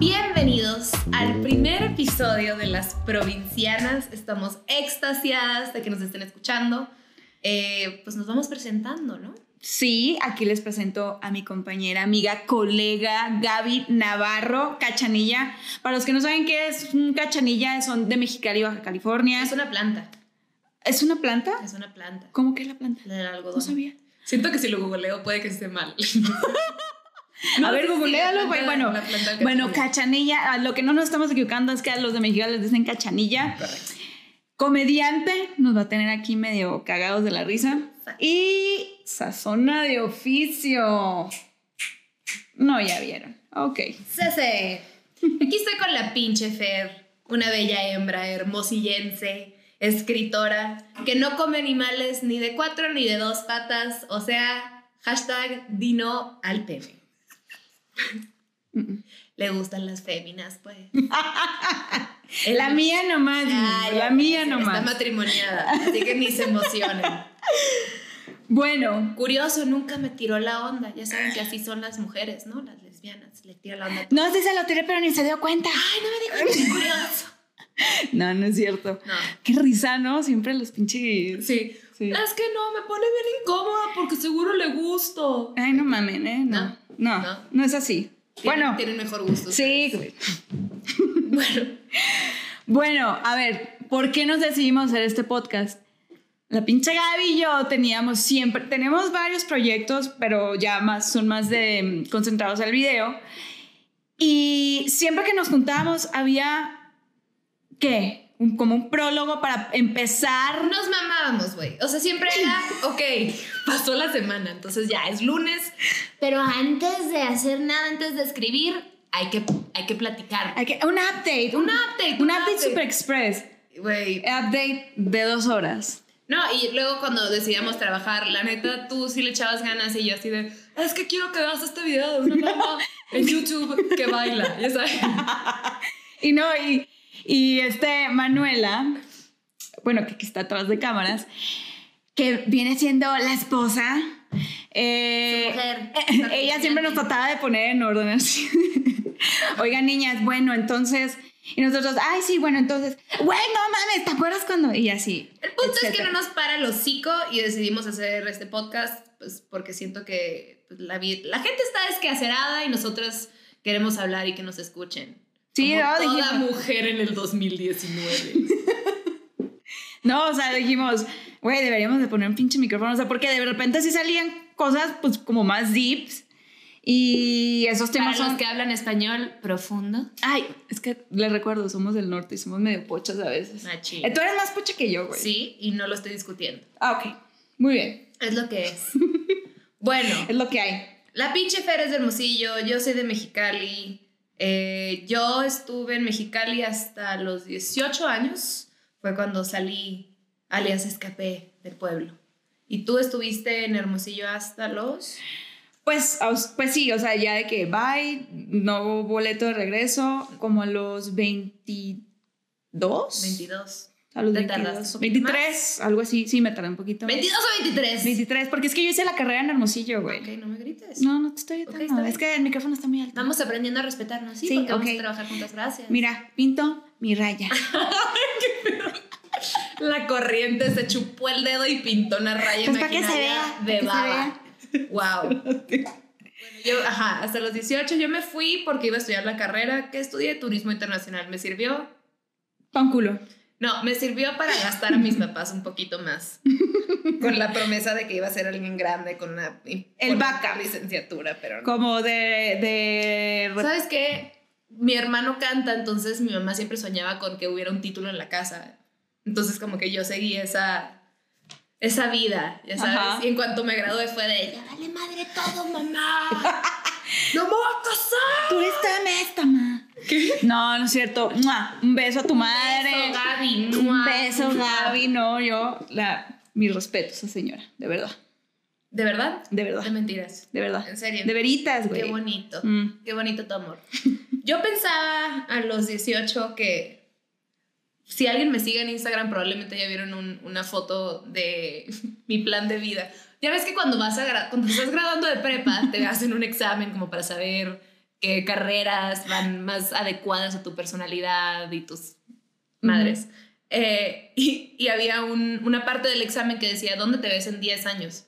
Bienvenidos al primer episodio de Las Provincianas. Estamos extasiadas de que nos estén escuchando. Pues nos vamos presentando, ¿no? Sí, aquí les presento a mi compañera, amiga, colega Gaby Navarro, Cachanilla. Para los que no saben qué es un Cachanilla, son de Mexicali, Baja California. Es una planta. ¿Es una planta? Es una planta. ¿Cómo que es la planta? La del algodón. No sabía. Siento que si lo googleo puede que esté mal. No, a ver, googlealo, güey. Bueno, Cachanilla, lo que no nos estamos equivocando es que a los de Mexicali les dicen Cachanilla. Correcto. Comediante, nos va a tener aquí medio cagados de la risa. Y sazona de oficio. No, ya vieron. Ok. Cese. Aquí estoy con la pinche Fer, una bella hembra hermosillense, escritora, que no come animales ni de 4 ni de 2 patas. O sea, hashtag Dino al pene. Le gustan las féminas, pues. La mía nomás. La mía nomás. Está matrimoniada, así que ni se emocionen. Bueno. Curioso, nunca me tiró la onda. Ya saben que así son las mujeres, ¿no? Las lesbianas, le tiran la onda. No, sí se lo tiré, pero ni se dio cuenta. Ay, no me dijo, qué curioso. No, no es cierto. No. Qué risa, ¿no? Siempre los pinches... Sí. Es que no, me pone bien incómoda porque seguro le gusto. Ay, no mamen, ¿eh? No es así. Tienen mejor gusto. Sí, güey. Bueno, a ver, ¿por qué nos decidimos hacer este podcast? La pinche Gaby y yo tenemos varios proyectos, pero ya son más concentrados al video. Y siempre que nos juntábamos había, ¿qué? Como un prólogo para empezar. Nos mamábamos, güey. O sea, siempre era, ok, pasó la semana, entonces ya es lunes. Pero antes de hacer nada, antes de escribir, hay que platicar. Un update. Un update super express. Güey. Update de 2 horas. No, y luego cuando decidíamos trabajar, la neta, tú sí le echabas ganas y yo así de, es que quiero que veas este video de una mamá en YouTube que baila, ya sabes. Y Manuela, bueno, que está atrás de cámaras, que viene siendo la esposa. Su mujer. Ella siempre nos trataba de poner en orden así. Oigan, niñas, bueno, entonces... Y nosotros, ay, sí, bueno, entonces... Güey, no mames, ¿te acuerdas cuando...? Y así. El punto es que no nos para el hocico y decidimos hacer este podcast, pues porque siento que pues, la gente está desquacerada y nosotras queremos hablar y que nos escuchen. Sí, como toda mujer en el 2019. No, o sea, dijimos, güey, deberíamos de poner un pinche micrófono, o sea, porque de repente sí salían cosas, pues, como más deeps, y esos temas Para los que hablan español profundo. Ay, es que les recuerdo, somos del norte y somos medio pochas a veces. Tú eres más pocha que yo, güey. Sí, y no lo estoy discutiendo. Ah, ok, muy bien. Es lo que es. Bueno. Es lo que hay. La pinche Fer es de Hermosillo, yo soy de Mexicali. Yo estuve en Mexicali hasta los 18 años. Fue cuando salí, alias escapé del pueblo. ¿Y tú estuviste en Hermosillo hasta los...? Pues sí, o sea, ya de que bye, no boleto de regreso, como a los 22. 22. A los ¿Te 22. tardaste un 23, más? Algo así, sí, me tardé un poquito. ¿22 o 23? 23, porque es que yo hice la carrera en Hermosillo, güey. Ok, no me grites. No te estoy gritando. Es que el micrófono está muy alto. Vamos aprendiendo a respetarnos, ¿sí? Porque vamos a trabajar juntas, gracias. Mira, pinto mi raya. La corriente se chupó el dedo y pintó una raya pues imaginaria para que se vea, de baba. Wow. Bueno, hasta los 18 yo me fui porque iba a estudiar la carrera que estudié, turismo internacional. ¿Me sirvió? Pan culo. No, me sirvió para gastar a mis papás un poquito más. Con la promesa de que iba a ser alguien grande con una licenciatura, pero no. Como ¿Sabes qué? Mi hermano canta, entonces mi mamá siempre soñaba con que hubiera un título en la casa. Entonces como que yo seguí esa vida, ya sabes. Ajá. Y en cuanto me gradué fue de, ya vale madre todo, mamá. ¡No me voy a casar! Tú esta, ma. ¿Qué? No es cierto. ¡Mua! Un beso a tu madre. Un beso, Gaby. Un beso, Gaby. No, mis respetos a señora, de verdad. ¿De verdad? De verdad. De mentiras. De verdad. En serio. De veritas, güey. Qué bonito. Qué bonito tu amor. Yo pensaba a los 18 que si alguien me sigue en Instagram probablemente ya vieron una foto de mi plan de vida. Ya ves que cuando estás graduando de prepa te hacen un examen como para saber qué carreras van más adecuadas a tu personalidad y tus madres. Y había una parte del examen que decía, ¿dónde te ves en 10 años?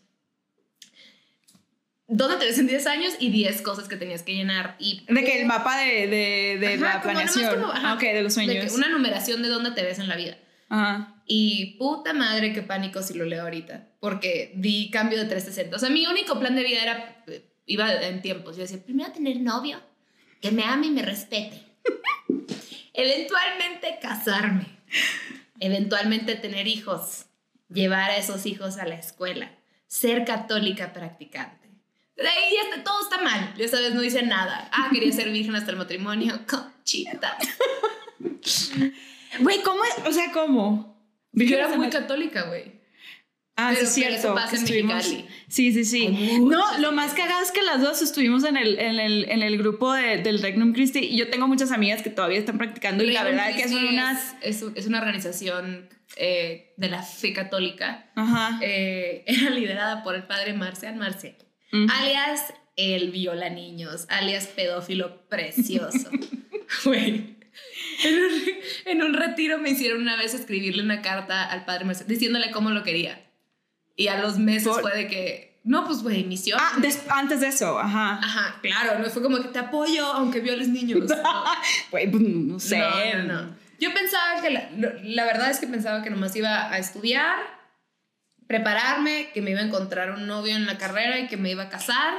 ¿Dónde te ves en 10 años? Y 10 cosas que tenías que llenar. Y, de que el mapa de la planeación. De los sueños. Una numeración de dónde te ves en la vida. Ajá. Y puta madre, qué pánico si lo leo ahorita. Porque di cambio de 360. O sea, mi único plan de vida era... Iba en tiempos. Yo decía, primero tener novio, que me ame y me respete. Eventualmente casarme. Eventualmente tener hijos. Llevar a esos hijos a la escuela. Ser católica practicante. De ahí todo está mal. Ya sabes, no dice nada. Quería ser virgen hasta el matrimonio. Conchita. Güey, ¿cómo? O sea, ¿cómo? Yo era muy católica, güey. Sí, es cierto. Eso pasa en Mexicali. Sí. No, lo más cagado es que las dos estuvimos en el grupo del Regnum Christi y yo tengo muchas amigas que todavía están practicando y la verdad es que son unas... Es una organización de la fe católica. Ajá. Era liderada por el padre Marcial Marcial. Alias el viola niños, alias pedófilo precioso. Güey. En un retiro me hicieron una vez escribirle una carta al padre Marcial diciéndole cómo lo quería. Y a los meses fue de que, no, pues güey, misión. Antes de eso, ajá. Ajá, claro, no fue como que te apoyo aunque violes niños. Güey, pues no sé. No. Yo pensaba que, la verdad es que pensaba que nomás iba a estudiar, prepararme, que me iba a encontrar un novio en la carrera y que me iba a casar.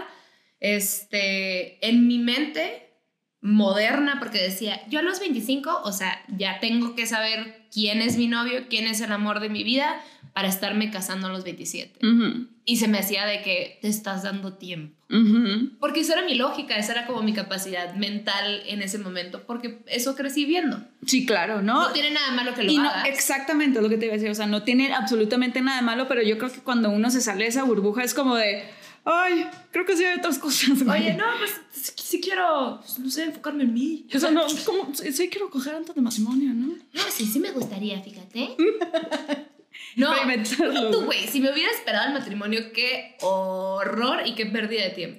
En mi mente moderna, porque decía, yo a los 25, o sea, ya tengo que saber quién es mi novio, quién es el amor de mi vida para estarme casando a los 27. Y se me hacía de que te estás dando tiempo. Porque esa era mi lógica, esa era como mi capacidad mental en ese momento, porque eso crecí viendo. Sí, claro, ¿no? No tiene nada malo que lo hagas. Exactamente, es lo que te iba a decir, o sea, no tiene absolutamente nada de malo, pero yo creo que cuando uno se sale de esa burbuja es como de... Ay, creo que sí hay otras cosas. Oye, no, pues sí quiero, pues, no sé, enfocarme en mí. O sea, no, como, sí quiero coger antes de matrimonio, ¿no? No, sí me gustaría, fíjate. No, tú, güey, si me hubiera esperado el matrimonio, qué horror y qué pérdida de tiempo.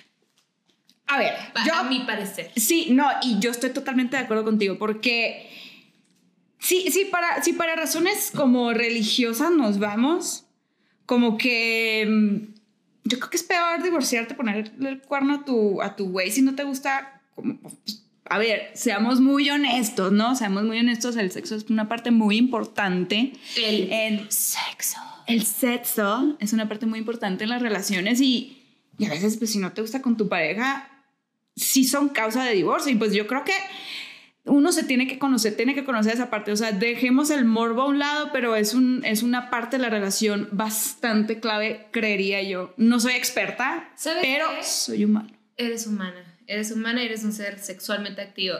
A ver, a mi parecer. Sí, no, y yo estoy totalmente de acuerdo contigo, porque sí, para razones como religiosas nos vamos, como que... Yo creo que es peor divorciarte, ponerle el cuerno a tu güey si no te gusta. Como, pues, a ver, seamos muy honestos, ¿no? Seamos muy honestos, el sexo es una parte muy importante. El sexo es una parte muy importante en las relaciones y a veces, pues, si no te gusta con tu pareja, sí son causa de divorcio. Y pues yo creo que uno se tiene que conocer esa parte. O sea, dejemos el morbo a un lado, pero es una parte de la relación bastante clave, creería yo. No soy experta, pero qué? Soy humano. Eres humana y eres un ser sexualmente activo.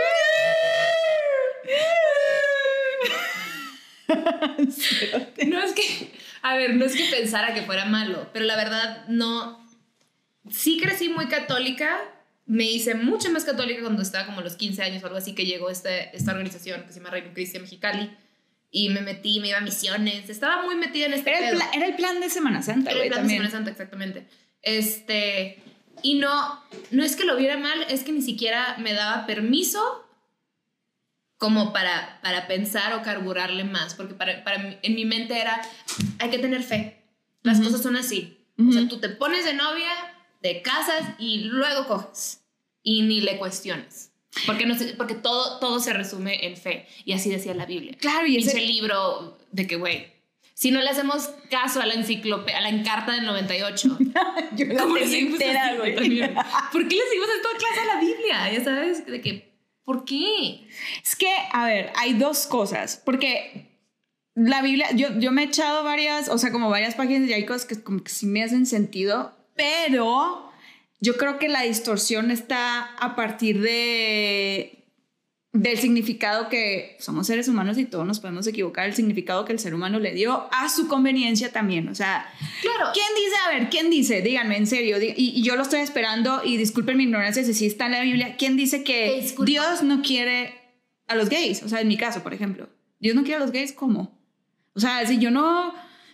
No es que pensara que fuera malo, pero la verdad no. Sí crecí muy católica. Me hice mucho más católica cuando estaba como a los 15 años o algo así, que llegó esta organización que se llama Regnum Christi Mexicali y me iba a misiones, estaba muy metida en era el plan de Semana Santa, era el plan también. De Semana Santa, exactamente. Y no es que lo viera mal, es que ni siquiera me daba permiso como para pensar o carburarle más, porque en mi mente era, hay que tener fe, las cosas son así. O sea, tú te pones de novia, te casas y luego coges y ni le cuestionas porque todo se resume en fe y así decía la Biblia. Claro, y ese libro de que güey, si no le hacemos caso a la enciclopedia, a la Encarta del 98 yo la tenía entera, güey. ¿Por qué le seguimos en toda clase a la Biblia? Ya sabes, de que ¿por qué? Es que, a ver, hay dos cosas, porque la Biblia, yo me he echado varias páginas y hay cosas que como que sí me hacen sentido. Pero yo creo que la distorsión está a partir del significado que somos seres humanos y todos nos podemos equivocar, el significado que el ser humano le dio a su conveniencia también. O sea, claro. ¿Quién dice? Díganme, en serio. Y yo lo estoy esperando y disculpen mi ignorancia si sí está en la Biblia. ¿Quién dice que Dios no quiere a los gays? O sea, en mi caso, por ejemplo. ¿Dios no quiere a los gays? ¿Cómo? O sea, si yo no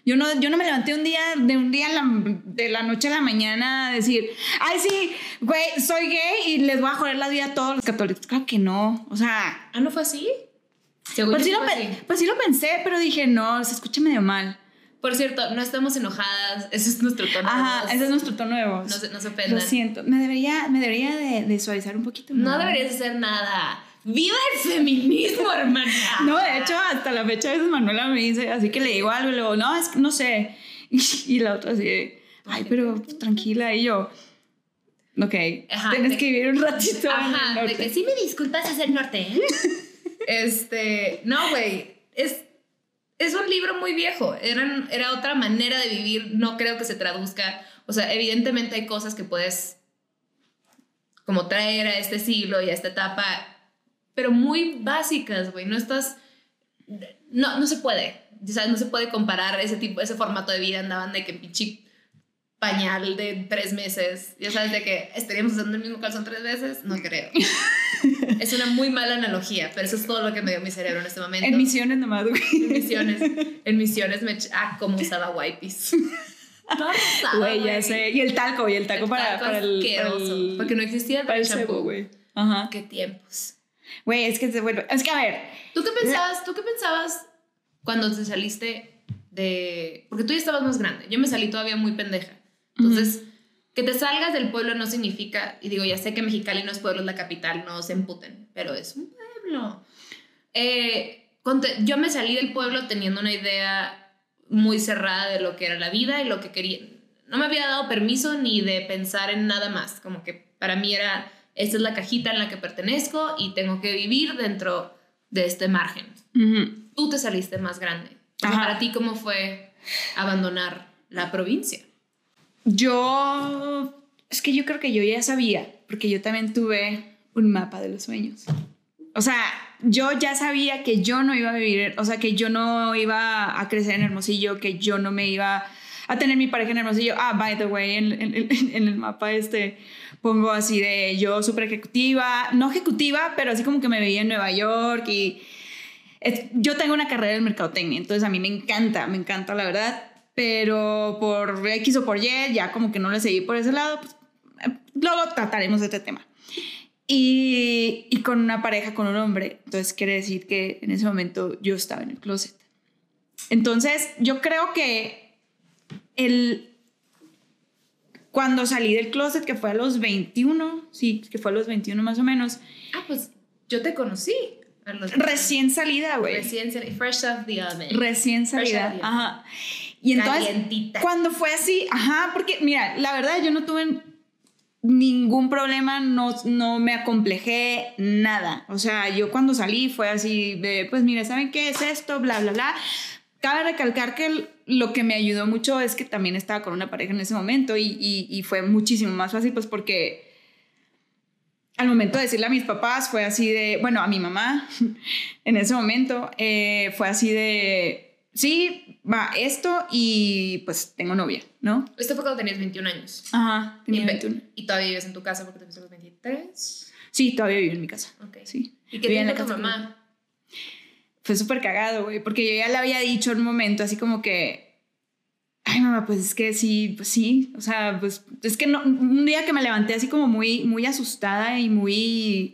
Yo no me levanté de la noche a la mañana a decir, ay, sí, güey, soy gay y les voy a joder la vida a todos los católicos. Claro que no, o sea... ¿Ah, no fue así? Pues sí lo pensé, pero dije, no, se escucha medio mal. Por cierto, no estamos enojadas, ese es nuestro tono de voz. Ajá, ese es nuestro tono de voz. No se ofendan. Lo siento, me debería de suavizar un poquito más. No deberías hacer nada. ¡Viva el feminismo, hermana! No, de hecho, hasta la fecha a veces Manuela me dice, así que le digo algo y luego, no, es que no sé. Y la otra así de, ay, pero tranquila. Y yo, ok, ajá, tienes que vivir un ratito. Ajá, en el norte. De que sí me disculpas hacer norte, ¿eh? No, güey, es un libro muy viejo. Era otra manera de vivir. No creo que se traduzca. O sea, evidentemente hay cosas que puedes como traer a este siglo y a esta etapa, pero muy básicas, güey. No se puede. ¿Sabes? No se puede comparar ese formato de vida. Andaban de que pinche pañal de 3 meses. Ya sabes, de que estaríamos usando el mismo calzón 3 veces. No creo. Es una muy mala analogía, pero eso es todo lo que me dio mi cerebro en este momento. En Misiones nomás, güey. En Misiones como usaba wipes. Güey, ya sé. Y el talco para el... Porque no existía el shampoo, güey. Ajá. Qué tiempos. Güey, es que a ver. ¿Tú qué pensabas cuando te saliste de...? Porque tú ya estabas más grande. Yo me salí todavía muy pendeja. Entonces, que te salgas del pueblo no significa... Y digo, ya sé que Mexicali no es pueblo, es la capital, no se emputen. Pero es un pueblo. Yo me salí del pueblo teniendo una idea muy cerrada de lo que era la vida y lo que quería. No me había dado permiso ni de pensar en nada más. Como que para mí era... Esta es la cajita en la que pertenezco y tengo que vivir dentro de este margen. Tú te saliste más grande. O sea, para ti, ¿cómo fue abandonar la provincia? Es que yo creo que yo ya sabía, porque yo también tuve un mapa de los sueños. O sea, yo ya sabía que yo no iba a vivir, o sea, que yo no iba a crecer en Hermosillo, que yo no me iba a tener mi pareja en Hermosillo. By the way, en el mapa pongo así de yo súper ejecutiva, no ejecutiva, pero así como que me veía en Nueva York y yo tengo una carrera en mercadotecnia, entonces a mí me encanta la verdad, pero por X o por Y ya como que no le seguí por ese lado, pues, luego trataremos de este tema. Y con una pareja, con un hombre, entonces quiere decir que en ese momento yo estaba en el closet. Entonces yo creo que cuando salí del closet, que fue a los 21, sí, que fue a los 21 más o menos. Pues yo te conocí. Recién salida, güey. Fresh off the oven. Recién salida, ajá. Y entonces, calientita. Cuando fue así, porque mira, la verdad yo no tuve ningún problema, no me acomplejé, nada. O sea, yo cuando salí fue así de, pues mira, ¿saben qué es esto? Bla, bla, bla. Cabe recalcar que lo que me ayudó mucho es que también estaba con una pareja en ese momento y fue muchísimo más fácil, pues porque al momento de decirle a mis papás fue así de, bueno, a mi mamá en ese momento fue así de, sí, va esto y pues tengo novia, ¿no? Esto fue cuando tenías 21 años. Ajá, tenía 21. ¿Y todavía vives en tu casa porque te fuiste a los 23? Sí, todavía vivo en mi casa. Ok. Sí. ¿Y qué te dijo tu mamá? Fue súper cagado, güey, porque yo ya le había dicho en un momento así como que, ay, mamá, pues es que sí, pues sí, o sea, pues es que no, un día que me levanté así como muy, muy asustada y muy...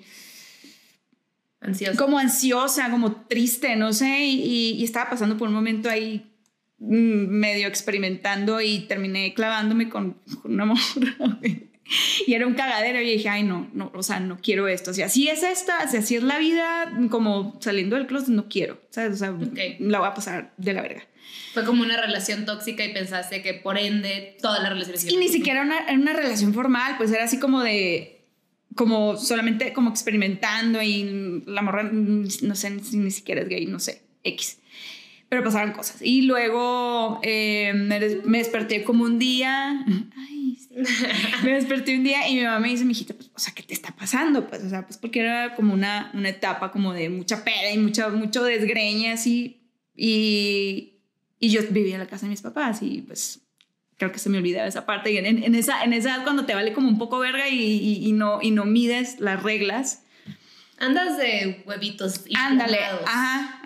Ansiosa. Como ansiosa, como triste, no sé, y estaba pasando por un momento ahí medio experimentando y terminé clavándome con una morra, güey. Y era un cagadero y dije, ay, no, o sea, no quiero esto. Si así es esta, si así es la vida, como saliendo del closet, no quiero, ¿sabes? O sea, la voy a pasar de la verga. Fue como una relación tóxica y pensaste que por ende toda la relación... Y ni siquiera una relación formal, pues era así como de... Como solamente como experimentando y la morra, no sé si ni siquiera es gay, no sé, X. Pero pasaron cosas. Y luego me desperté como un día... Ay, sí. Me desperté un día y mi mamá me dice, mijita, pues, o sea, ¿qué te está pasando? Pues, o sea, pues porque era como una etapa como de mucha peda y mucho desgreñe así. Y yo vivía en la casa de mis papás y pues creo que se me olvidaba esa parte. Y en esa edad cuando te vale como un poco verga y no mides las reglas. Andas de huevitos. Ándale, ajá.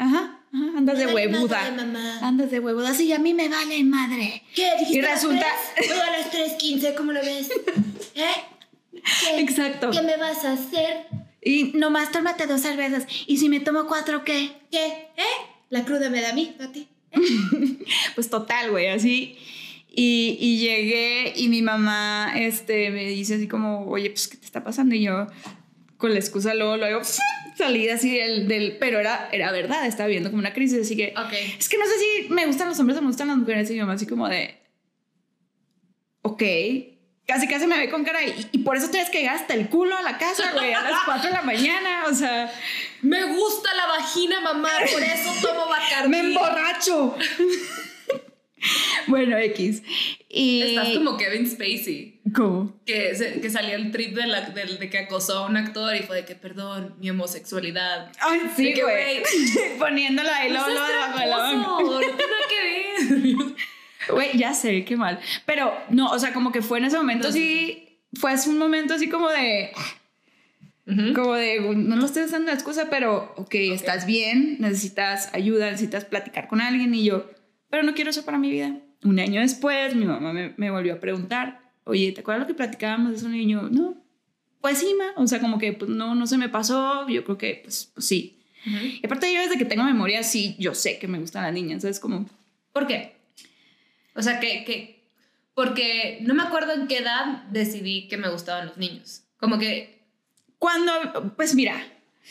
andas de huevuda. Andas de huevuda. Sí, a mí me vale madre. ¿Qué? ¿Dijiste y resulta... a las 3:15, ¿cómo lo ves? ¿Qué? Exacto. ¿Qué me vas a hacer? Y nomás tómate 2 cervezas. ¿Y si me tomo 4, qué? ¿Qué? La cruda me da a mí, a ti. Pues total, güey, así. Y llegué y mi mamá me dice así como, oye, pues, ¿qué te está pasando? Y yo, con la excusa, luego salí así pero era verdad, estaba viendo como una crisis, así que... Okay. Es que no sé si me gustan los hombres o me gustan las mujeres, y mi mamá así como de... Ok, casi me ve con cara y por eso tienes que llegar hasta el culo a la casa, güey, a las 4 de la mañana, o sea... Me gusta la vagina, mamá, por eso tomo Bacardí. ¡Me emborracho! Bueno, X. Y... Estás como Kevin Spacey. ¿Cómo? Que salió el trip de que acosó a un actor y fue de que, perdón, mi homosexualidad. Ay, sí, güey. Poniéndolo ahí, luego debajo de la banca. No tiene nada que ver. Güey, ya sé, qué mal. Pero, no, o sea, como que fue en ese momento así... Fue un momento así como de... Como de, no lo estoy usando de excusa, pero, ok, estás bien, necesitas ayuda, necesitas platicar con alguien, y yo... Pero no quiero eso para mi vida. Un año después, mi mamá me volvió a preguntar, oye, ¿te acuerdas lo que platicábamos de eso? Y yo, no, pues sí, ma. O sea, como que pues, no se me pasó. Yo creo que, pues sí. Y aparte, yo desde que tengo memoria, sí, yo sé que me gustan las niñas. ¿Sabes? Como... ¿Por qué? O sea, porque no me acuerdo en qué edad decidí que me gustaban los niños. Como que... Cuando, pues mira...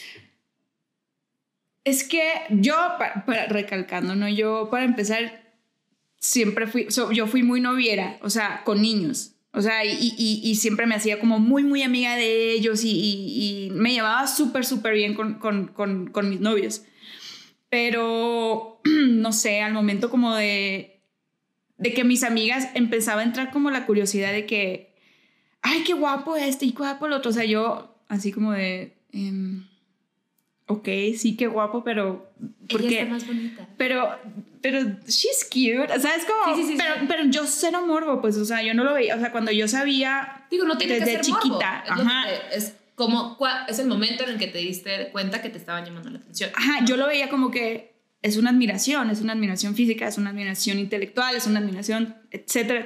Es que yo, recalcando, ¿no? Yo, para empezar, siempre yo fui muy noviera, o sea, con niños. O sea, y siempre me hacía como muy amiga de ellos y me llevaba súper bien con mis novios. Pero, no sé, al momento como de que mis amigas empezaba a entrar como la curiosidad de que, ay, qué guapo y qué guapo el otro. O sea, yo así como de... ok, sí, qué guapo, pero... Ella está más bonita. Pero she's cute, ¿sabes? Como, sí. Pero yo cero morbo, pues, o sea, yo no lo veía. O sea, cuando yo sabía... Digo, no tiene desde que ser chiquita. Morbo. Ajá. Es como... Es el momento en el que te diste cuenta que te estaban llamando la atención. Ajá, yo lo veía como que es una admiración física, es una admiración intelectual, es una admiración, etcétera.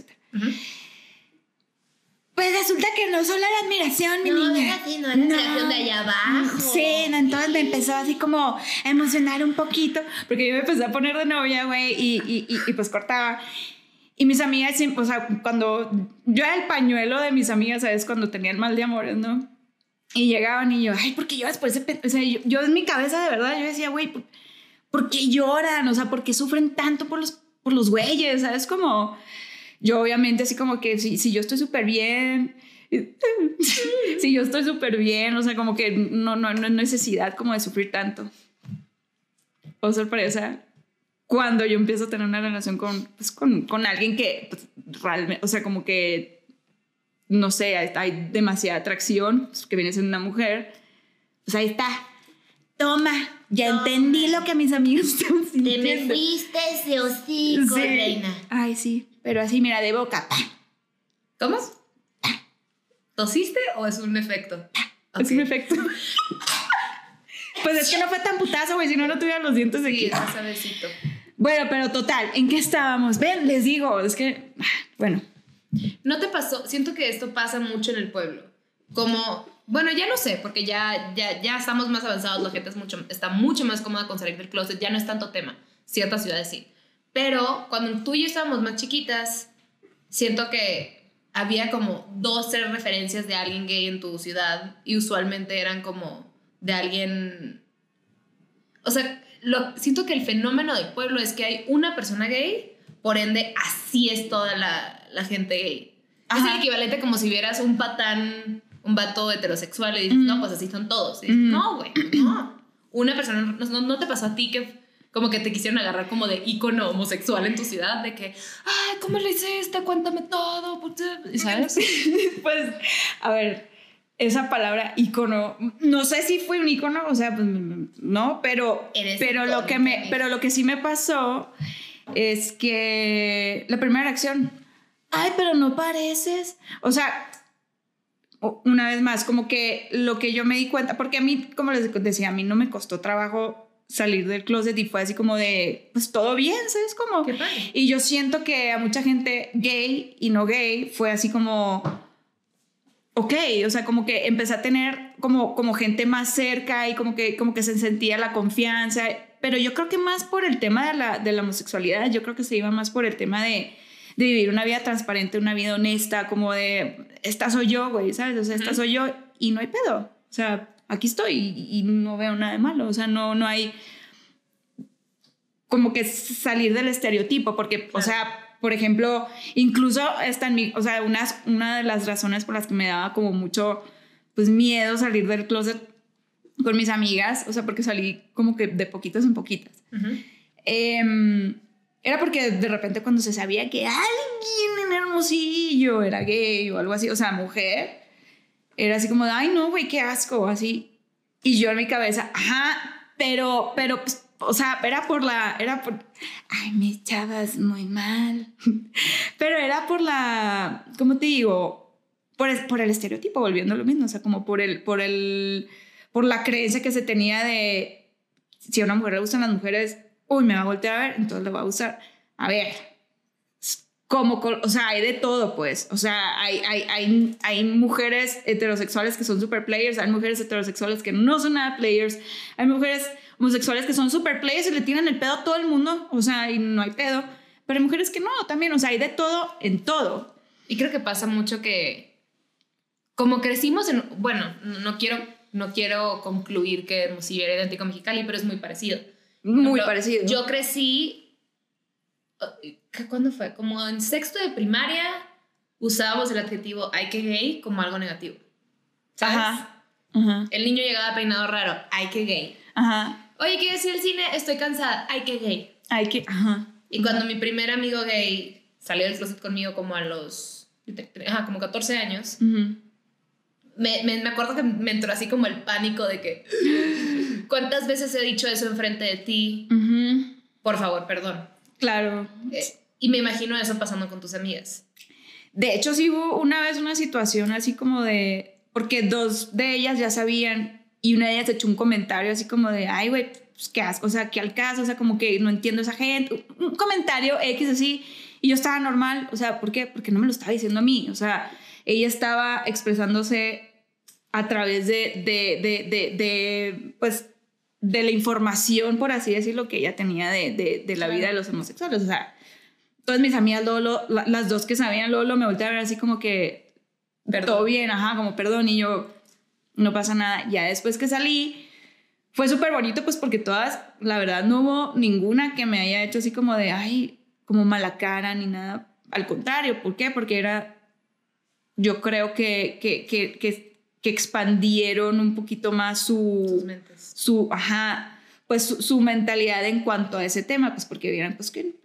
Pues resulta que no solo era admiración, mi niña. No era admiración de allá abajo. Sí, entonces me empezó así como a emocionar un poquito, porque yo me empecé a poner de novia, güey, y pues cortaba. Y mis amigas, o sea, cuando yo era el pañuelo de mis amigas, ¿sabes? Cuando tenían mal de amores, ¿no? Y llegaban y yo, ay, ¿por qué lloras por ese o sea, yo en mi cabeza, de verdad, yo decía, güey, ¿por qué lloran? O sea, ¿por qué sufren tanto por los güeyes? ¿Sabes? Como... Yo obviamente así como que si yo estoy súper bien, si yo estoy súper bien, o sea, como que no hay necesidad como de sufrir tanto. O sorpresa, cuando yo empiezo a tener una relación con alguien que pues, realmente, o sea, como que, no sé, hay demasiada atracción, pues, que viene siendo una mujer, pues ahí está. Toma, entendí lo que mis amigos estaban sintiendo. Te me fuiste ese hocico, reina. Ay, sí. Pero así, mira, de boca. ¿Cómo? ¿Tosiste o es un efecto? Es un efecto. Pues es que no fue tan putazo, güey, si no tuviera los dientes de aquí. Sí, es suavecito. Bueno, pero total, ¿en qué estábamos? Ven, les digo, es que, bueno. ¿No te pasó? Siento que esto pasa mucho en el pueblo. Como, bueno, ya no sé, porque ya estamos más avanzados, la gente está mucho más cómoda con salir del closet, ya no es tanto tema. Ciertas ciudades sí. Pero cuando tú y yo estábamos más chiquitas, siento que había como 2, 3 referencias de alguien gay en tu ciudad y usualmente eran como de alguien... O sea, siento que el fenómeno del pueblo es que hay una persona gay, por ende así es toda la gente gay. Ajá. Es el equivalente como si vieras un patán, un vato heterosexual y dices, no, pues así son todos. Y dices, no, güey, no. Una persona, no te pasó a ti que... Como que te quisieron agarrar como de ícono homosexual en tu ciudad, de que, ay, ¿cómo le hiciste? Cuéntame todo, ¿sabes? Pues, a ver, esa palabra ícono, no sé si fue un ícono, o sea, pues, no, pero lo que sí me pasó es que la primera reacción, ay, pero no pareces, o sea, una vez más, como que lo que yo me di cuenta, porque a mí, como les decía, a mí no me costó trabajo salir del closet y fue así como de, pues todo bien, ¿sabes? Como, Qué padre. y yo siento que a mucha gente gay y no gay fue así como, ok, o sea, como que empecé a tener como gente más cerca y como que se sentía la confianza, pero yo creo que más por el tema de la homosexualidad, yo creo que se iba más por el tema de vivir una vida transparente, una vida honesta, como de, esta soy yo, güey, ¿sabes? O sea, esta soy yo y no hay pedo, o sea, aquí estoy y no veo nada de malo, o sea, no hay como que salir del estereotipo, porque, o sea, por ejemplo, incluso o sea, una de las razones por las que me daba como mucho, pues, miedo salir del closet con mis amigas, o sea, porque salí como que de poquitas en poquitas. Era porque de repente cuando se sabía que alguien en Hermosillo era gay o algo así, o sea, mujer, era así como de, ay, no, güey, qué asco, así. Y yo en mi cabeza, ajá, pero pues, o sea, era por, ay, mis chavas, muy mal. Pero era por ¿cómo te digo? Por el estereotipo, volviendo a lo mismo, o sea, como por la creencia que se tenía de, si a una mujer le gustan las mujeres, uy, me va a voltear a ver, entonces le va a gustar. A ver, o sea, hay de todo, pues. O sea, hay mujeres heterosexuales que son super players, hay mujeres heterosexuales que no son nada players, hay mujeres homosexuales que son super players y le tiran el pedo a todo el mundo, o sea, y no hay pedo. Pero hay mujeres que no, también, o sea, hay de todo en todo. Y creo que pasa mucho que, como crecimos en, bueno, no quiero concluir que Hermosillo era idéntico a Mexicali, pero es muy parecido. Muy parecido. Yo crecí, ¿cuándo fue? Como en sexto de primaria usábamos el adjetivo ay que gay como algo negativo, ¿sabes? Ajá. El niño llegaba peinado raro, ay que gay. Ajá. Oye, ¿quieres ir al cine? Estoy cansada, ay que gay. Ajá. Y cuando mi primer amigo gay salió del closet conmigo como a los, como 14 años, me acuerdo que me entró así como el pánico de que ¿cuántas veces he dicho eso enfrente de ti? Por favor, perdón. Claro. Y me imagino eso pasando con tus amigas. De hecho, sí hubo una vez una situación así como de, porque dos de ellas ya sabían y una de ellas echó un comentario así como de, ay, güey, pues qué asco, o sea, qué al caso, o sea, como que no entiendo a esa gente, un comentario X así, y yo estaba normal, o sea, ¿por qué? Porque no me lo estaba diciendo a mí, o sea, ella estaba expresándose a través pues, de la información, por así decirlo, que ella tenía de la vida de los homosexuales, o sea, todas mis amigas, las dos que sabían, Lolo, me voltearon a ver así como que, perdón. Todo bien, ajá, como perdón, y yo, no pasa nada. Ya después que salí, fue súper bonito, pues porque todas, la verdad, no hubo ninguna que me haya hecho así como de, ay, como mala cara ni nada. Al contrario, ¿por qué? Porque yo creo que expandieron un poquito más sus mentes. Su mentalidad en cuanto a ese tema, pues porque vieran, pues que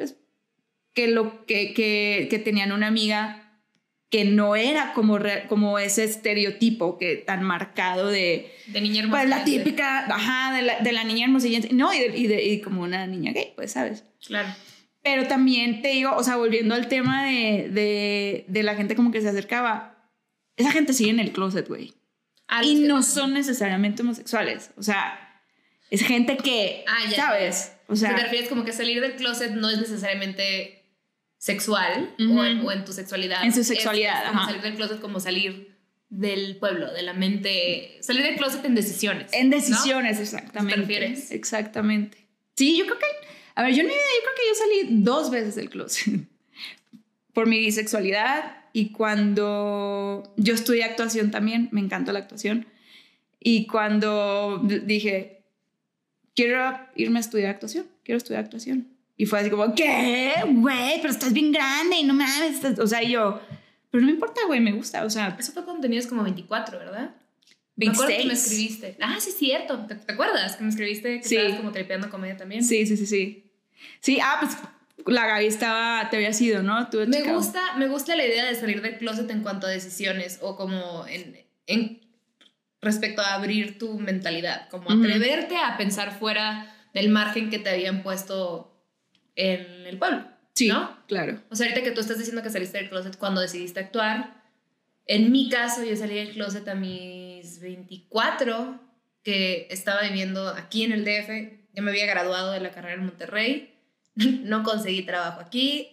tenían una amiga que no era como ese estereotipo que tan marcado de niña hermosillense. Pues la típica, de la niña hermosillense, no, y como una niña gay, pues, ¿sabes? Claro. Pero también te digo, o sea, volviendo al tema de la gente como que se acercaba, esa gente sigue en el closet, güey. Y no son necesariamente homosexuales, o sea, es gente que, ¿sabes? O sea, ¿te refieres como que salir del closet no es necesariamente sexual o en tu sexualidad? En su sexualidad, es como salir del closet, como salir del pueblo, de la mente, salir del closet en decisiones. En decisiones, ¿no? Exactamente. ¿Te refieres? Exactamente. Sí, yo creo que, a ver, yo creo que yo salí 2 veces del closet por mi bisexualidad y cuando yo estudié actuación también, me encantó la actuación, y cuando dije, quiero irme a estudiar actuación, y fue así como, ¿qué? Güey, pero estás bien grande y no mames. O sea, y yo, pero no me importa, güey, me gusta, o sea. Eso fue cuando tenías como 24, ¿verdad? 26. Me acuerdo que me escribiste. Ah, sí, cierto. ¿Te acuerdas que me escribiste que estabas como tripeando comedia también? Sí. Sí, pues la Gaby te había sido, ¿no? Me gusta la idea de salir del closet en cuanto a decisiones o como en respecto a abrir tu mentalidad, como atreverte a pensar fuera del margen que te habían puesto en el pueblo, sí, ¿no? Claro. O sea, ahorita que tú estás diciendo que saliste del closet cuando decidiste actuar, en mi caso yo salí del closet a mis 24, que estaba viviendo aquí en el DF ya me había graduado de la carrera en Monterrey, no conseguí trabajo aquí.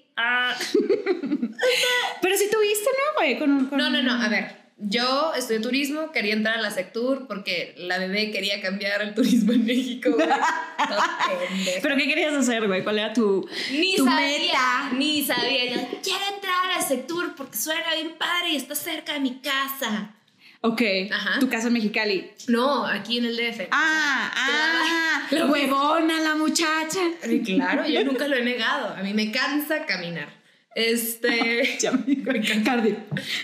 Pero sí tuviste, ¿no, güey? No, a ver, yo estudié turismo, quería entrar a la Sectur porque la bebé quería cambiar el turismo en México, güey. No, ¿Pero qué querías hacer, güey? ¿Cuál era tu meta? Ni sabía. Yo quiero entrar a la Sectur porque suena bien padre y está cerca de mi casa. Ok, tu casa en Mexicali. No, aquí en el DF. La huevona, la muchacha. Claro, yo nunca lo he negado. A mí me cansa caminar. Cardio.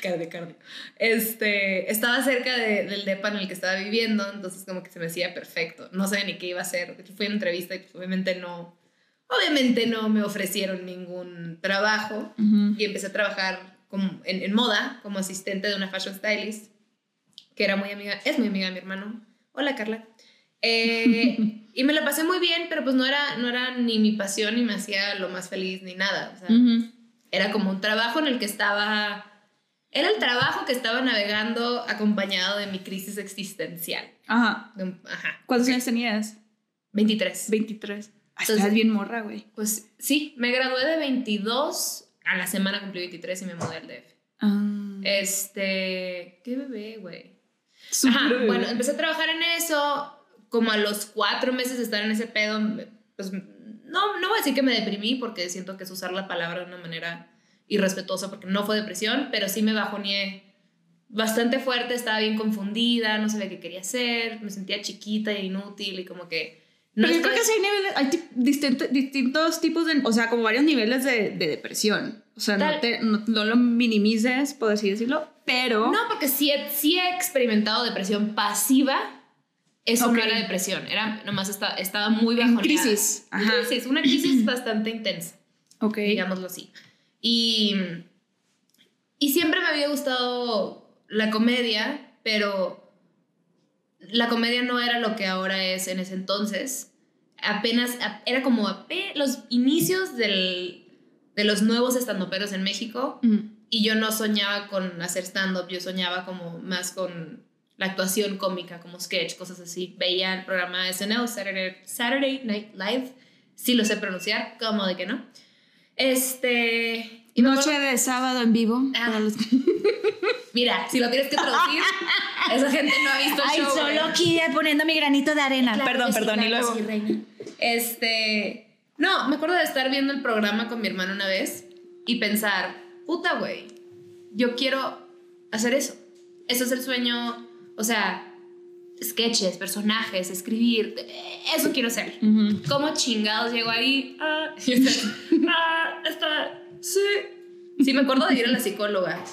Estaba cerca del depa en el que estaba viviendo, entonces como que se me hacía perfecto. No sabía ni qué iba a hacer. Fui a una entrevista y pues, obviamente no me ofrecieron ningún trabajo. Y empecé a trabajar como en moda, como asistente de una fashion stylist, que era es muy amiga de mi hermano. Hola, Carla. Y me la pasé muy bien, pero pues no era ni mi pasión, ni me hacía lo más feliz, ni nada. O sea, era como un trabajo en el que era el trabajo que estaba navegando acompañado de mi crisis existencial. Ajá. ¿Cuántos años tenías? 23. Estás bien morra, güey. Pues sí, me gradué de 22, a la semana cumplí 23 y me mudé al DF. Qué bebé, güey. Bueno, empecé a trabajar en eso, como a los 4 meses de estar en ese pedo, pues no voy a decir que me deprimí porque siento que es usar la palabra de una manera irrespetuosa porque no fue depresión, pero sí me bajoneé bastante fuerte, estaba bien confundida, no sabía qué quería hacer, me sentía chiquita e inútil y como que... Pero yo creo que sí hay niveles, hay distintos tipos de, o sea, como varios niveles de depresión. O sea, no lo minimices, por así decirlo, pero... No, porque sí he experimentado depresión pasiva. Eso no era depresión, nomás estaba muy bajoneada. Crisis. Una crisis bastante intensa. Ok. Digámoslo así. Y siempre me había gustado la comedia, pero la comedia no era lo que ahora es en ese entonces. Era como los inicios de los nuevos estandoperos en México. Y yo no soñaba con hacer stand-up, yo soñaba como más con la actuación cómica, como sketch, cosas así. Veía el programa de SNL, Saturday Night Live, sí lo sé pronunciar, como de que no. Noche de sábado en vivo. Mira, si lo tienes que traducir, esa gente no ha visto el show. Ay, solo aquí poniendo mi granito de arena. Claro, perdón, y luego. Sí, reina. No, me acuerdo de estar viendo el programa con mi hermano una vez y pensar, puta, güey, yo quiero hacer eso. Ese es el sueño, o sea, sketches, personajes, escribir, eso quiero hacer. ¿Cómo chingados llego ahí? Sí, me acuerdo de ir a la psicóloga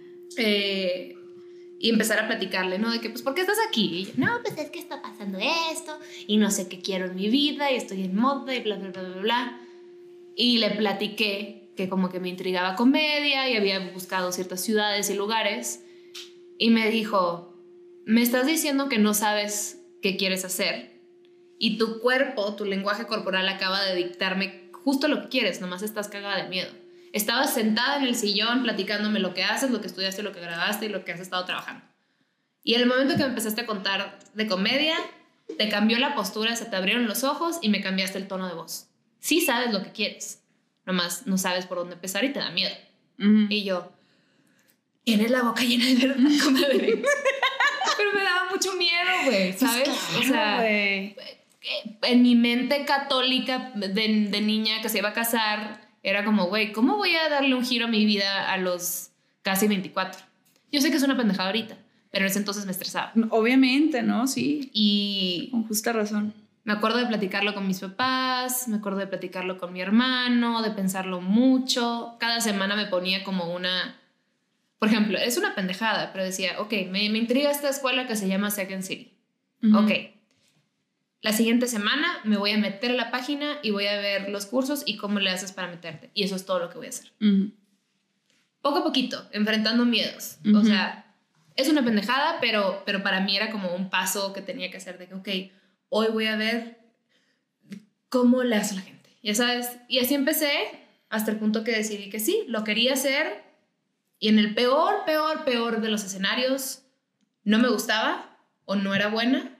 y empezar a platicarle, ¿no? De que, pues, ¿por qué estás aquí? Y yo, no, pues es que está pasando esto y no sé qué quiero en mi vida y estoy en moda y bla, bla, bla, bla, bla. Y le platiqué que como que me intrigaba comedia y había buscado ciertas ciudades y lugares. Y me dijo, me estás diciendo que no sabes qué quieres hacer y tu cuerpo, tu lenguaje corporal acaba de dictarme justo lo que quieres, nomás estás cagada de miedo. Estabas sentada en el sillón platicándome lo que haces, lo que estudiaste, lo que grabaste y lo que has estado trabajando. Y en el momento que me empezaste a contar de comedia, te cambió la postura, se te abrieron los ojos y me cambiaste el tono de voz. Sí sabes lo que quieres, nomás no sabes por dónde empezar y te da miedo. Y yo, tienes la boca llena de verdad, comadre. Pero me daba mucho miedo, güey, ¿sabes? Pues claro, o sea, güey. En mi mente católica de niña que se iba a casar, era como, güey, ¿cómo voy a darle un giro a mi vida a los casi 24? Yo sé que es una pendejada ahorita, pero en ese entonces me estresaba. Obviamente, ¿no? Sí. Y con justa razón. me acuerdo de platicarlo con mis papás, me acuerdo de platicarlo con mi hermano, de pensarlo mucho. Cada semana me ponía como una... Por ejemplo, es una pendejada, pero decía, ok, me intriga esta escuela que se llama Second City. Ok, la siguiente semana me voy a meter a la página y voy a ver los cursos y cómo le haces para meterte. Y eso es todo lo que voy a hacer. Poco a poquito, enfrentando miedos. O sea, es una pendejada, pero para mí era como un paso que tenía que hacer de que, ok, hoy voy a ver cómo le hace la gente. Ya sabes, y así empecé hasta el punto que decidí que sí, lo quería hacer. Y en el peor de los escenarios no me gustaba o no era buena,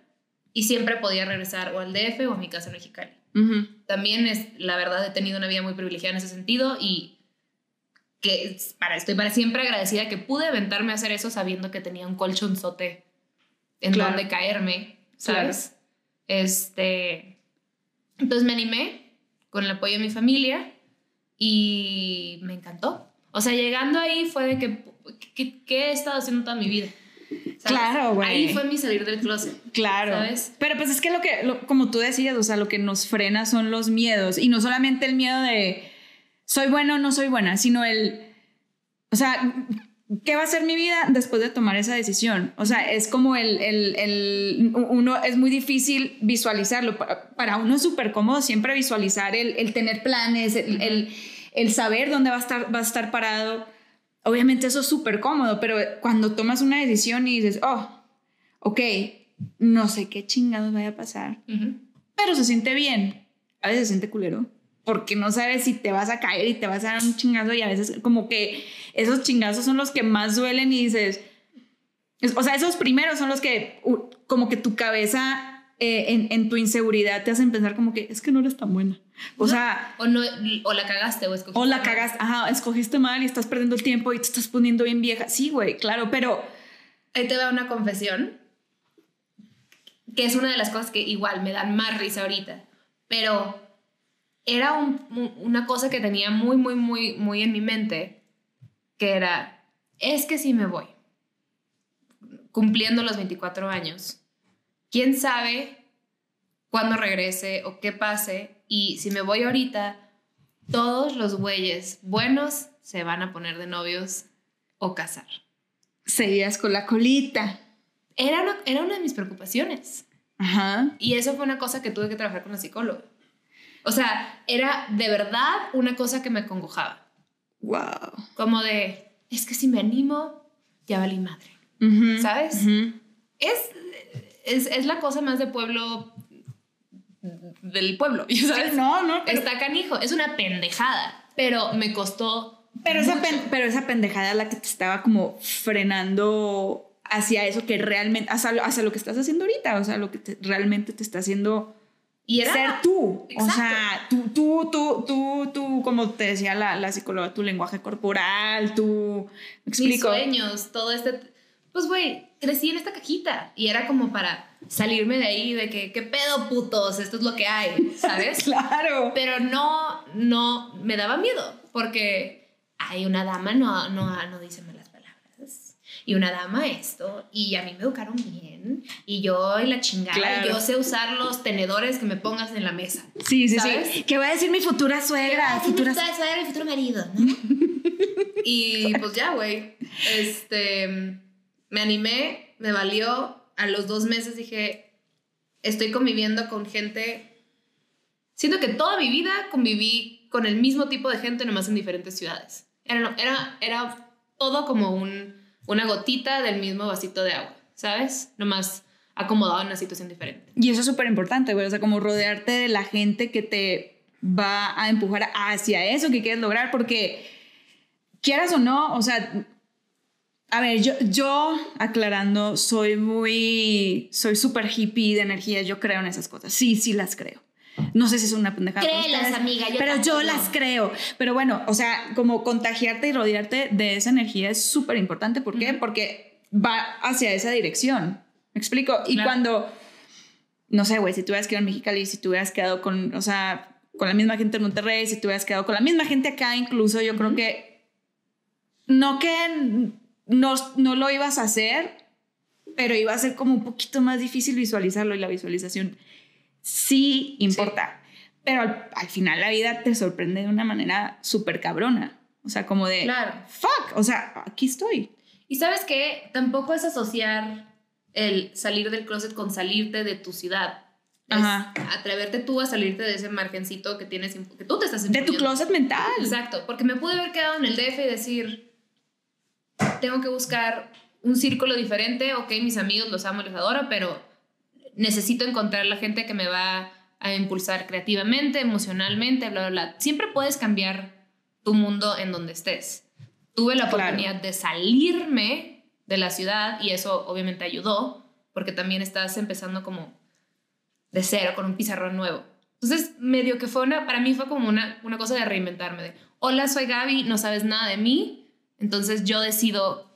y siempre podía regresar o al DF o a mi casa en Mexicali. También la verdad he tenido una vida muy privilegiada en ese sentido y que estoy para siempre agradecida que pude aventarme a hacer eso sabiendo que tenía un colchonzote en donde caerme, ¿sabes? Claro. Entonces me animé con el apoyo de mi familia y me encantó. O sea, llegando ahí fue de que ¿qué he estado haciendo toda mi vida? ¿Sabes? Claro, güey. Ahí fue mi salir del closet. Claro. ¿Sabes? Pero pues es que como tú decías, o sea, lo que nos frena son los miedos. Y no solamente el miedo de soy buena o no soy buena, sino o sea, ¿qué va a ser mi vida después de tomar esa decisión? O sea, es como uno, es muy difícil visualizarlo. Para uno es súper cómodo siempre visualizar el tener planes, el saber dónde va a estar parado. Obviamente eso es súper cómodo, pero cuando tomas una decisión y dices, ok, no sé qué chingados vaya a pasar, pero se siente bien. A veces se siente culero, porque no sabes si te vas a caer y te vas a dar un chingazo y a veces como que esos chingazos son los que más duelen y dices, o sea, esos primeros son los que como que tu cabeza en tu inseguridad te hacen pensar como que es que no eres tan buena. O sea, o la cagaste o escogiste. O la cagaste, escogiste mal y estás perdiendo el tiempo y te estás poniendo bien vieja. Sí, güey, claro, pero ahí te va una confesión, que es una de las cosas que igual me dan más risa ahorita, pero era una cosa que tenía muy, muy, muy, muy en mi mente, que era, es que si me voy, cumpliendo los 24 años, ¿quién sabe cuándo regrese o qué pase? Y si me voy ahorita, todos los güeyes buenos se van a poner de novios o casar. Seguías con la colita. Era una de mis preocupaciones. Ajá. Y eso fue una cosa que tuve que trabajar con la psicóloga. O sea, era de verdad una cosa que me acongojaba. Wow. Como de, es que si me animo, ya valí madre. ¿Sabes? Es la cosa más de pueblo, del pueblo, ¿sabes? Sí, no. Está canijo, es una pendejada, pero me costó. Pero esa pendejada la que te estaba como frenando hacia eso que realmente, hacia lo que estás haciendo ahorita, o sea, lo que realmente te está haciendo ser tú. Exacto. O sea, tú, como te decía la psicóloga, tu lenguaje corporal, ¿me explico? Mis sueños, todo pues güey, crecí en esta cajita y era como para salirme de ahí de que, ¿qué pedo, putos? Esto es lo que hay, ¿sabes? Claro. Pero no, me daba miedo porque hay una dama no dice malas palabras y una dama esto y a mí me educaron bien y yo y la chingada, claro. Yo sé usar los tenedores que me pongas en la mesa. Sí, ¿sabes? Sí. ¿Qué va a decir mi futura suegra? Mi futuro marido, ¿no? Y pues ya, güey, me animé, me valió. A los 2 meses dije, estoy conviviendo con gente. Siento que toda mi vida conviví con el mismo tipo de gente, nomás en diferentes ciudades. Era todo como una gotita del mismo vasito de agua, ¿sabes? Nomás acomodado en una situación diferente. Y eso es súper importante, güey. O sea, como rodearte de la gente que te va a empujar hacia eso que quieres lograr, porque quieras o no, o sea... A ver, yo aclarando, soy súper hippie de energías, yo creo en esas cosas. Sí las creo. No sé si es una pendejada. Créelas, amiga. Pero yo las creo. Pero bueno, o sea, como contagiarte y rodearte de esa energía es súper importante. ¿Por qué? Porque va hacia esa dirección. ¿Me explico? Y claro. Cuando, no sé, güey, si tú hubieras quedado en Mexicali, si tú hubieras quedado con la misma gente en Monterrey, si tú hubieras quedado con la misma gente acá incluso, yo creo que no lo ibas a hacer, pero iba a ser como un poquito más difícil visualizarlo y la visualización sí importa. Sí. Pero al final la vida te sorprende de una manera súper cabrona. O sea, como de, claro. Fuck, o sea, aquí estoy. Y ¿sabes qué? Tampoco es asociar el salir del closet con salirte de tu ciudad. Ajá. Es atreverte tú a salirte de ese margencito que tienes, que tú te estás imponiendo. De tu closet mental. Exacto, porque me pude haber quedado en el DF y decir... Tengo que buscar un círculo diferente. Ok, mis amigos los amo, los adoro, pero necesito encontrar la gente que me va a impulsar creativamente, emocionalmente, bla, bla, bla. Siempre puedes cambiar tu mundo en donde estés. Tuve la oportunidad de salirme de la ciudad y eso obviamente ayudó, porque también estás empezando como de cero, con un pizarrón nuevo. Entonces, medio que para mí fue como una cosa de reinventarme, de, hola, soy Gaby, no sabes nada de mí, entonces yo decido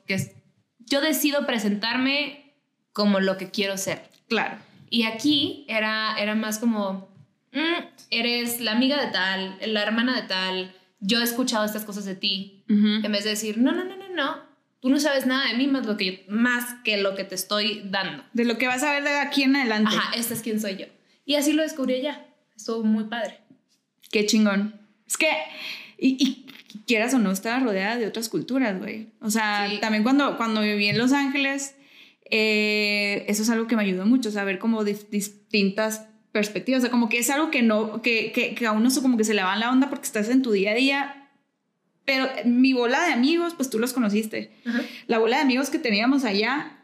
presentarme como lo que quiero ser. Claro. Y aquí era más como, eres la amiga de tal, la hermana de tal, yo he escuchado estas cosas de ti, en vez de decir, no, tú no sabes nada de mí más que lo que te estoy dando. De lo que vas a ver de aquí en adelante. Ajá, esta es quién soy yo. Y así lo descubrí allá. Estuvo muy padre. Qué chingón. Es que, y quieras o no, estaba rodeada de otras culturas, güey. O sea, sí. También cuando viví en Los Ángeles, eso es algo que me ayudó mucho, saber como distintas perspectivas. O sea, como que es algo que a uno como que se le va en la onda porque estás en tu día a día. Pero mi bola de amigos, pues tú los conociste. Uh-huh. La bola de amigos que teníamos allá,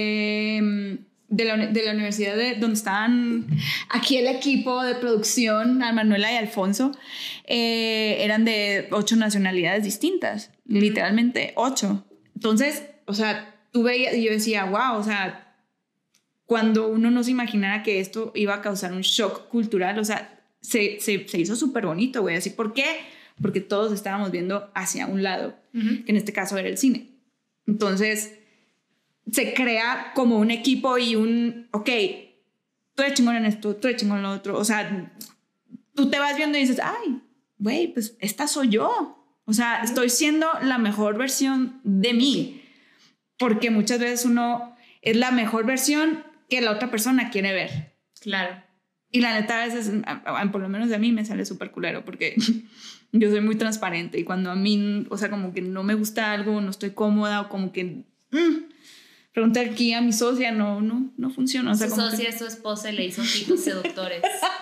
de la universidad donde estaban aquí el equipo de producción, Manuela y Alfonso, eran de 8 nacionalidades distintas, literalmente 8. Entonces, o sea, tú veías y yo decía, wow, o sea, cuando uno no se imaginara que esto iba a causar un shock cultural, o sea, se hizo súper bonito, güey. Así, ¿por qué? Porque todos estábamos viendo hacia un lado, que en este caso era el cine. Entonces se crea como un equipo y ok, tú eres chingón en esto, tú eres chingón en lo otro. O sea, tú te vas viendo y dices, ay, güey, pues esta soy yo. O sea, estoy siendo la mejor versión de mí. Porque muchas veces uno es la mejor versión que la otra persona quiere ver. Claro. Y la neta, a veces, por lo menos de mí, me sale súper culero porque yo soy muy transparente. Y cuando a mí, o sea, como que no me gusta algo, no estoy cómoda o como que... pregunta aquí a mi socia, no funciona. O sea, su socia es su esposa y le hizo ojitos seductores.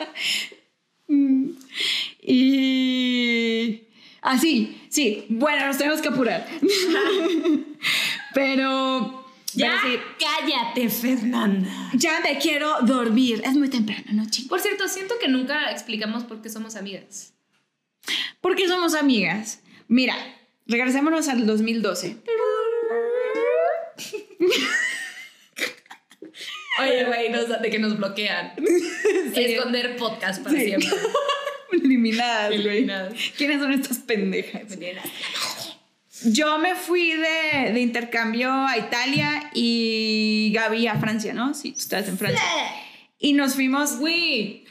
Y... así, sí. Bueno, nos tenemos que apurar. Pero ya, sí. Cállate, Fernanda. Ya me quiero dormir. Es muy temprano, ¿no, chicos? Por cierto, siento que nunca explicamos por qué somos amigas. ¿Por qué somos amigas? Mira, regresémonos al 2012. Oye, güey, de que nos bloquean. Sí. Esconder podcast para siempre. Eliminadas, güey. ¿Quiénes son estas pendejas? Yo me fui de intercambio a Italia y Gaby a Francia, ¿no? Sí, tú estabas en Francia. Y nos fuimos... Oui.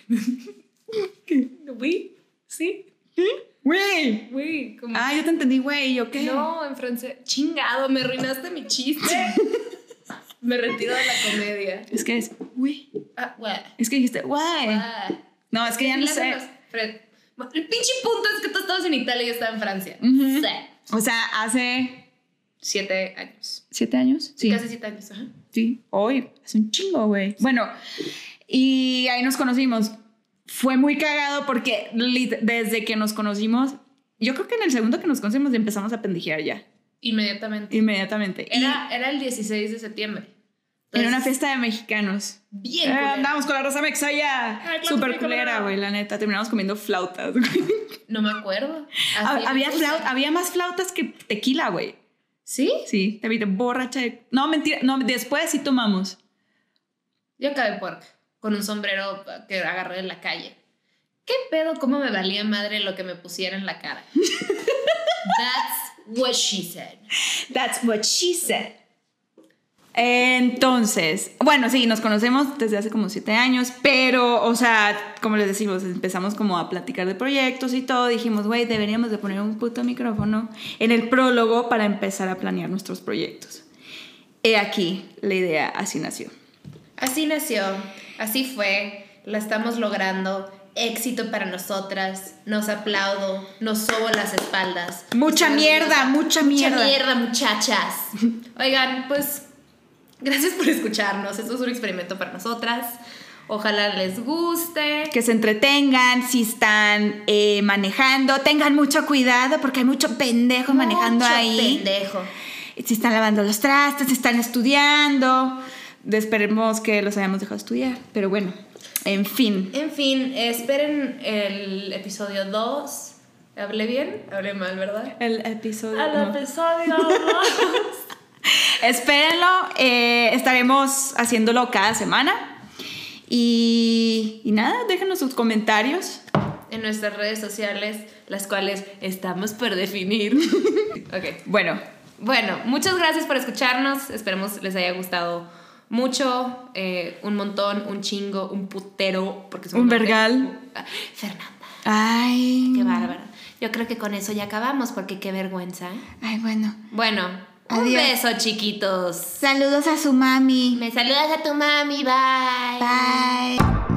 Oui, sí. Güey. Güey. Ah, yo te entendí, güey. ¿Yo qué? No, en francés. Chingado, me arruinaste mi chiste. Me retiro de la comedia. Es que es... Güey. Ah, güey. Es que dijiste, güey. No, es que ya no sé. El pinche punto es que tú estabas en Italia y yo estaba en Francia. Uh-huh. Sí. O sea, hace... 7 años. ¿7 años? Sí. Casi 7 años, ajá. Sí. Hoy es un chingo, güey. Bueno, y ahí nos conocimos. Fue muy cagado porque desde que nos conocimos, yo creo que en el segundo que nos conocimos empezamos a pendejear ya. Inmediatamente. Era el 16 de septiembre. Era una fiesta de mexicanos. Bien. Andábamos con la Rosa Mexa ya. Súper culera, güey, la neta. Terminamos comiendo flautas. No me acuerdo. Había más flautas que tequila, güey. ¿Sí? Sí, te vi borracha. No, mentira. No, después sí tomamos. Yo acabé con un sombrero que agarré en la calle. ¿Qué pedo? ¿Cómo me valía madre lo que me pusiera en la cara? That's what she said. That's what she said. Entonces, bueno, sí, nos conocemos desde hace como 7 años, pero, o sea, como les decimos, empezamos como a platicar de proyectos y todo. Dijimos, güey, deberíamos de poner un puto micrófono en el prólogo para empezar a planear nuestros proyectos. He aquí la idea, así nació. Así nació, así fue, la estamos logrando. Éxito para nosotras, nos aplaudo, nos sobo las espaldas. Mucha mierda, muchachas. Oigan, pues gracias por escucharnos. Esto es un experimento para nosotras. Ojalá les guste. Que se entretengan. Si están manejando, tengan mucho cuidado porque hay mucho pendejo manejando ahí. Mucho pendejo. Si están lavando los trastes, si están estudiando. Esperemos que los hayamos dejado estudiar. Pero bueno, en fin, esperen el episodio 2. ¿Hablé bien? Hablé mal, ¿verdad? Episodio 2. Espérenlo, estaremos haciéndolo cada semana Y nada, déjenos sus comentarios en nuestras redes sociales, las cuales estamos por definir. Ok. Bueno, muchas gracias por escucharnos. Esperemos les haya gustado mucho, un montón, un chingo, un putero, porque un vergal. Fernanda. Ay, qué bárbara. Yo creo que con eso ya acabamos, porque qué vergüenza. Ay, bueno. Bueno, adiós. Un beso, chiquitos. Saludos a su mami. Me saludas a tu mami. Bye. Bye.